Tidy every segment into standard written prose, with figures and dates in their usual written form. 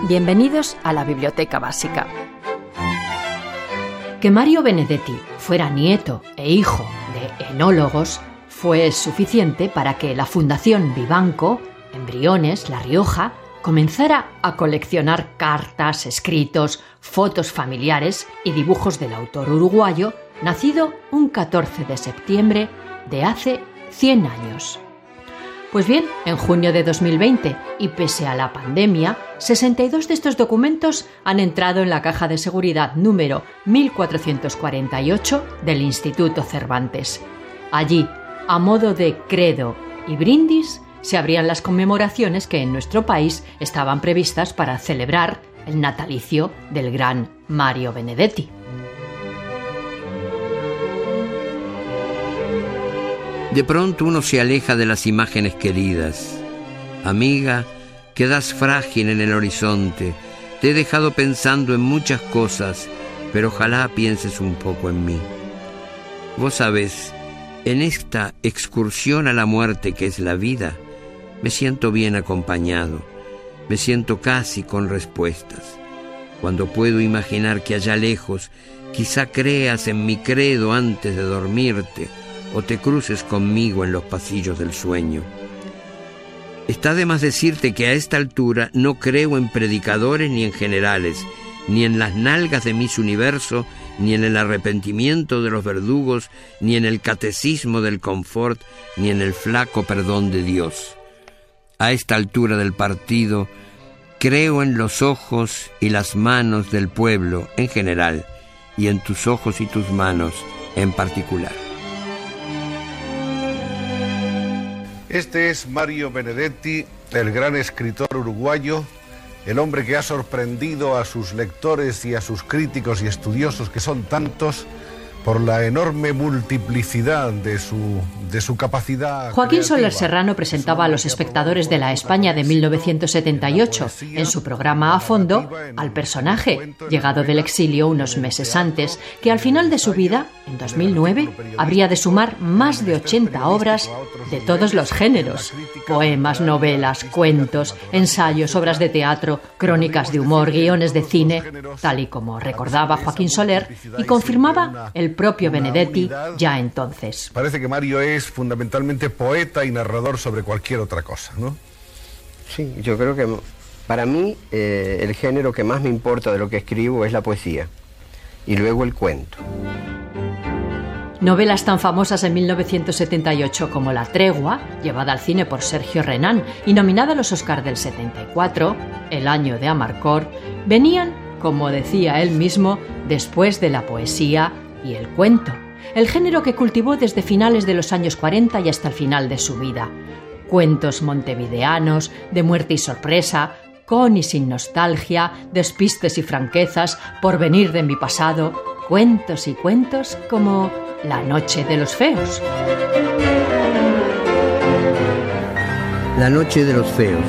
Bienvenidos a la Biblioteca Básica. Que Mario Benedetti fuera nieto e hijo de enólogos fue suficiente para que la Fundación Vivanco, en Briones, La Rioja, comenzara a coleccionar cartas, escritos, fotos familiares y dibujos del autor uruguayo, nacido un 14 de septiembre de hace 100 años. Pues bien, en junio de 2020, y pese a la pandemia, 62 de estos documentos han entrado en la caja de seguridad número 1448 del Instituto Cervantes. Allí, a modo de credo y brindis, se abrían las conmemoraciones que en nuestro país estaban previstas para celebrar el natalicio del gran Mario Benedetti. De pronto uno se aleja de las imágenes queridas. Amiga, quedas frágil en el horizonte. Te he dejado pensando en muchas cosas, pero ojalá pienses un poco en mí. Vos sabés, en esta excursión a la muerte que es la vida, me siento bien acompañado. Me siento casi con respuestas. Cuando puedo imaginar que allá lejos quizá creas en mi credo antes de dormirte, o te cruces conmigo en los pasillos del sueño. Está de más decirte que a esta altura no creo en predicadores ni en generales, ni en las nalgas de Miss Universo, ni en el arrepentimiento de los verdugos, ni en el catecismo del confort, ni en el flaco perdón de Dios. A esta altura del partido, creo en los ojos y las manos del pueblo en general, y en tus ojos y tus manos en particular. Este es Mario Benedetti, el gran escritor uruguayo, el hombre que ha sorprendido a sus lectores y a sus críticos y estudiosos, que son tantos, por la enorme multiplicidad de su capacidad. Joaquín creativa. Soler Serrano presentaba a los espectadores de la España de 1978, en su programa A Fondo, al personaje, llegado del exilio unos meses antes, que al final de su vida, en 2009, habría de sumar más de 80 obras de todos los géneros: poemas, novelas, cuentos, ensayos, obras de teatro, crónicas de humor, guiones de cine, tal y como recordaba Joaquín Soler y confirmaba el propio Benedetti ya entonces. Parece que Mario es fundamentalmente poeta y narrador sobre cualquier otra cosa, ¿no? Sí, yo creo que para mí el género que más me importa de lo que escribo es la poesía y luego el cuento. Novelas tan famosas en 1978 como La Tregua, llevada al cine por Sergio Renán y nominada a los Oscar del 74, El año de Amarcord, venían, como decía él mismo, después de la poesía y el cuento, el género que cultivó desde finales de los años 40 y hasta el final de su vida. Cuentos montevideanos, de muerte y sorpresa, con y sin nostalgia, despistes y franquezas, porvenir de mi pasado, cuentos y cuentos como La noche de los feos. La noche de los feos.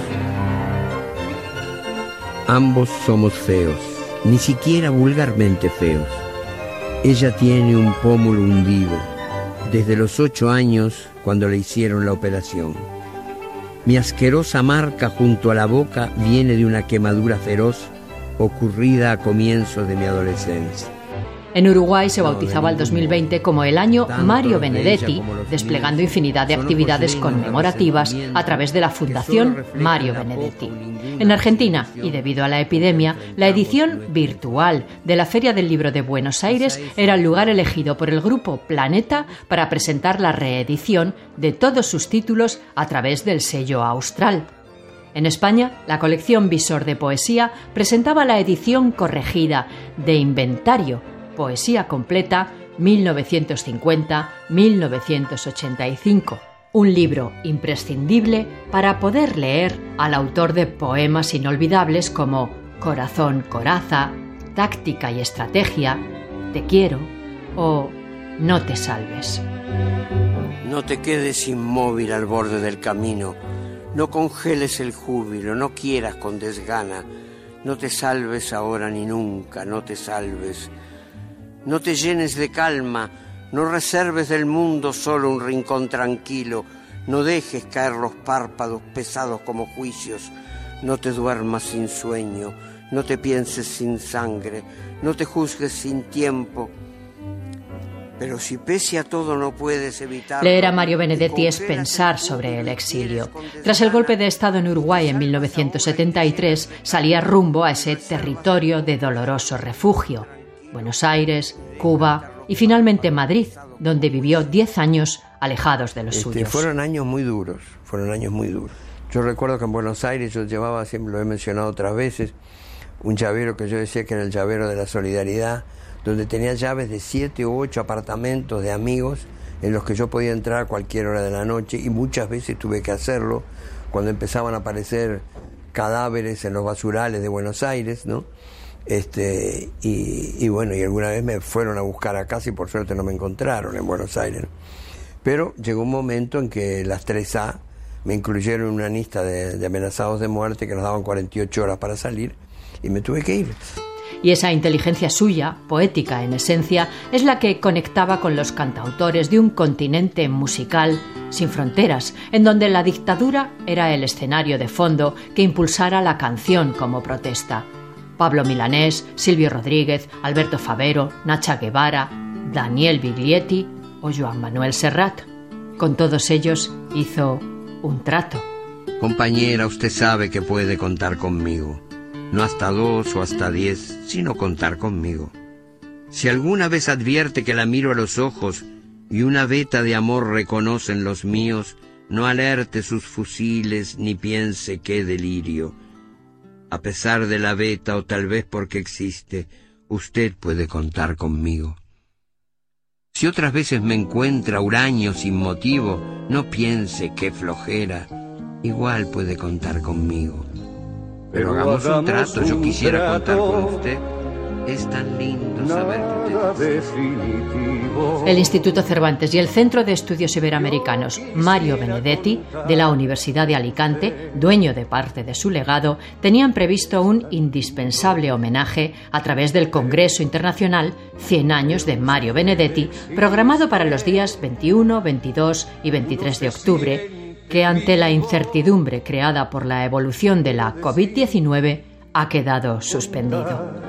Ambos somos feos, ni siquiera vulgarmente feos. Ella tiene un pómulo hundido, desde los 8 años cuando le hicieron la operación. Mi asquerosa marca junto a la boca viene de una quemadura feroz ocurrida a comienzos de mi adolescencia. En Uruguay se bautizaba el 2020 como el año Mario Benedetti, desplegando infinidad de actividades conmemorativas a través de la Fundación Mario Benedetti. En Argentina, y debido a la epidemia, la edición virtual de la Feria del Libro de Buenos Aires era el lugar elegido por el grupo Planeta para presentar la reedición de todos sus títulos a través del sello Austral. En España, la colección Visor de Poesía presentaba la edición corregida de Inventario, Poesía completa 1950-1985, un libro imprescindible para poder leer al autor de poemas inolvidables como Corazón, coraza, Táctica y estrategia, Te quiero o No te salves. No te quedes inmóvil al borde del camino, no congeles el júbilo, no quieras con desgana, no te salves ahora ni nunca, no te salves. No te llenes de calma, no reserves del mundo solo un rincón tranquilo, no dejes caer los párpados pesados como juicios, No te duermas sin sueño, no te pienses sin sangre, no te juzgues sin tiempo. Pero si pese a todo no puedes evitar... Leer a Mario Benedetti es pensar sobre el exilio. Tras el golpe de Estado en Uruguay en 1973, salía rumbo a ese territorio de doloroso refugio. Buenos Aires, Cuba y finalmente Madrid, donde vivió 10 años alejados de los suyos. Fueron años muy duros. Yo recuerdo que en Buenos Aires yo llevaba, siempre lo he mencionado otras veces, un llavero que yo decía que era el llavero de la solidaridad, donde tenía llaves de 7 u 8 apartamentos de amigos en los que yo podía entrar a cualquier hora de la noche, y muchas veces tuve que hacerlo cuando empezaban a aparecer cadáveres en los basurales de Buenos Aires, ¿no? Y bueno, y alguna vez me fueron a buscar a casa y por suerte no me encontraron en Buenos Aires. Pero llegó un momento en que las 3A me incluyeron en una lista de amenazados de muerte que nos daban 48 horas para salir y me tuve que ir. Y esa inteligencia suya, poética en esencia, es la que conectaba con los cantautores de un continente musical sin fronteras, en donde la dictadura era el escenario de fondo que impulsara la canción como protesta. Pablo Milanés, Silvio Rodríguez, Alberto Favero, Nacha Guevara, Daniel Biglietti o Joan Manuel Serrat. Con todos ellos hizo un trato. Compañera, usted sabe que puede contar conmigo. No hasta 2 o hasta 10, sino contar conmigo. Si alguna vez advierte que la miro a los ojos y una veta de amor reconocen los míos, no alerte sus fusiles ni piense qué delirio. A pesar de la veta o tal vez porque existe, usted puede contar conmigo. Si otras veces me encuentra huraño sin motivo, no piense qué flojera, igual puede contar conmigo. Pero hagamos un trato, yo quisiera contar con usted. Es tan lindo saber que usted... El Instituto Cervantes y el Centro de Estudios Iberoamericanos Mario Benedetti, de la Universidad de Alicante, dueño de parte de su legado, tenían previsto un indispensable homenaje a través del Congreso Internacional 100 años de Mario Benedetti, programado para los días 21, 22 y 23 de octubre, que ante la incertidumbre creada por la evolución de la COVID-19 ha quedado suspendido.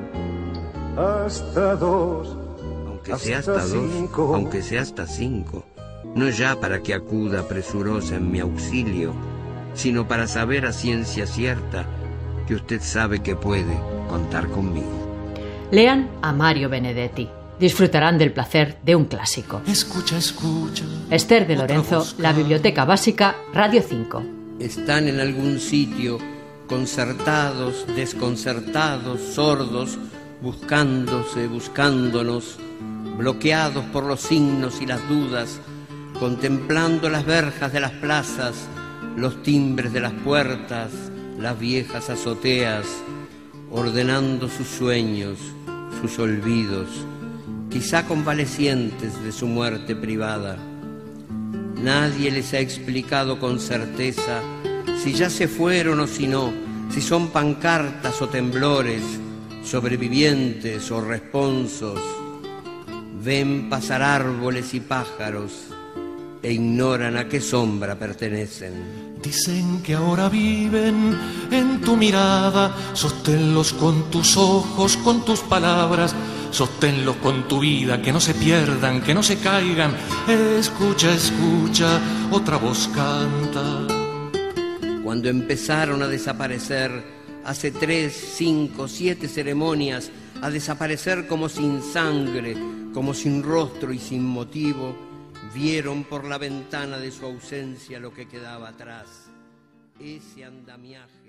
Hasta 2, aunque sea hasta 2, aunque sea hasta 5, no ya para que acuda presurosa en mi auxilio, sino para saber a ciencia cierta que usted sabe que puede contar conmigo. Lean a Mario Benedetti. Disfrutarán del placer de un clásico. Escucha, escucha. Esther de Lorenzo, La Biblioteca Básica, Radio 5. Están en algún sitio, concertados, desconcertados, sordos, buscándose, buscándonos, bloqueados por los signos y las dudas, contemplando las verjas de las plazas, los timbres de las puertas, las viejas azoteas, ordenando sus sueños, sus olvidos, quizá convalecientes de su muerte privada. Nadie les ha explicado con certeza si ya se fueron o si no, si son pancartas o temblores, sobrevivientes o responsos. Ven pasar árboles y pájaros e ignoran a qué sombra pertenecen. Dicen que ahora viven en tu mirada, sosténlos con tus ojos, con tus palabras, sosténlos con tu vida, que no se pierdan, que no se caigan. Escucha, escucha, otra voz canta. Cuando empezaron a desaparecer, hace 3, 5, 7 ceremonias, a desaparecer como sin sangre, como sin rostro y sin motivo, vieron por la ventana de su ausencia lo que quedaba atrás, ese andamiaje.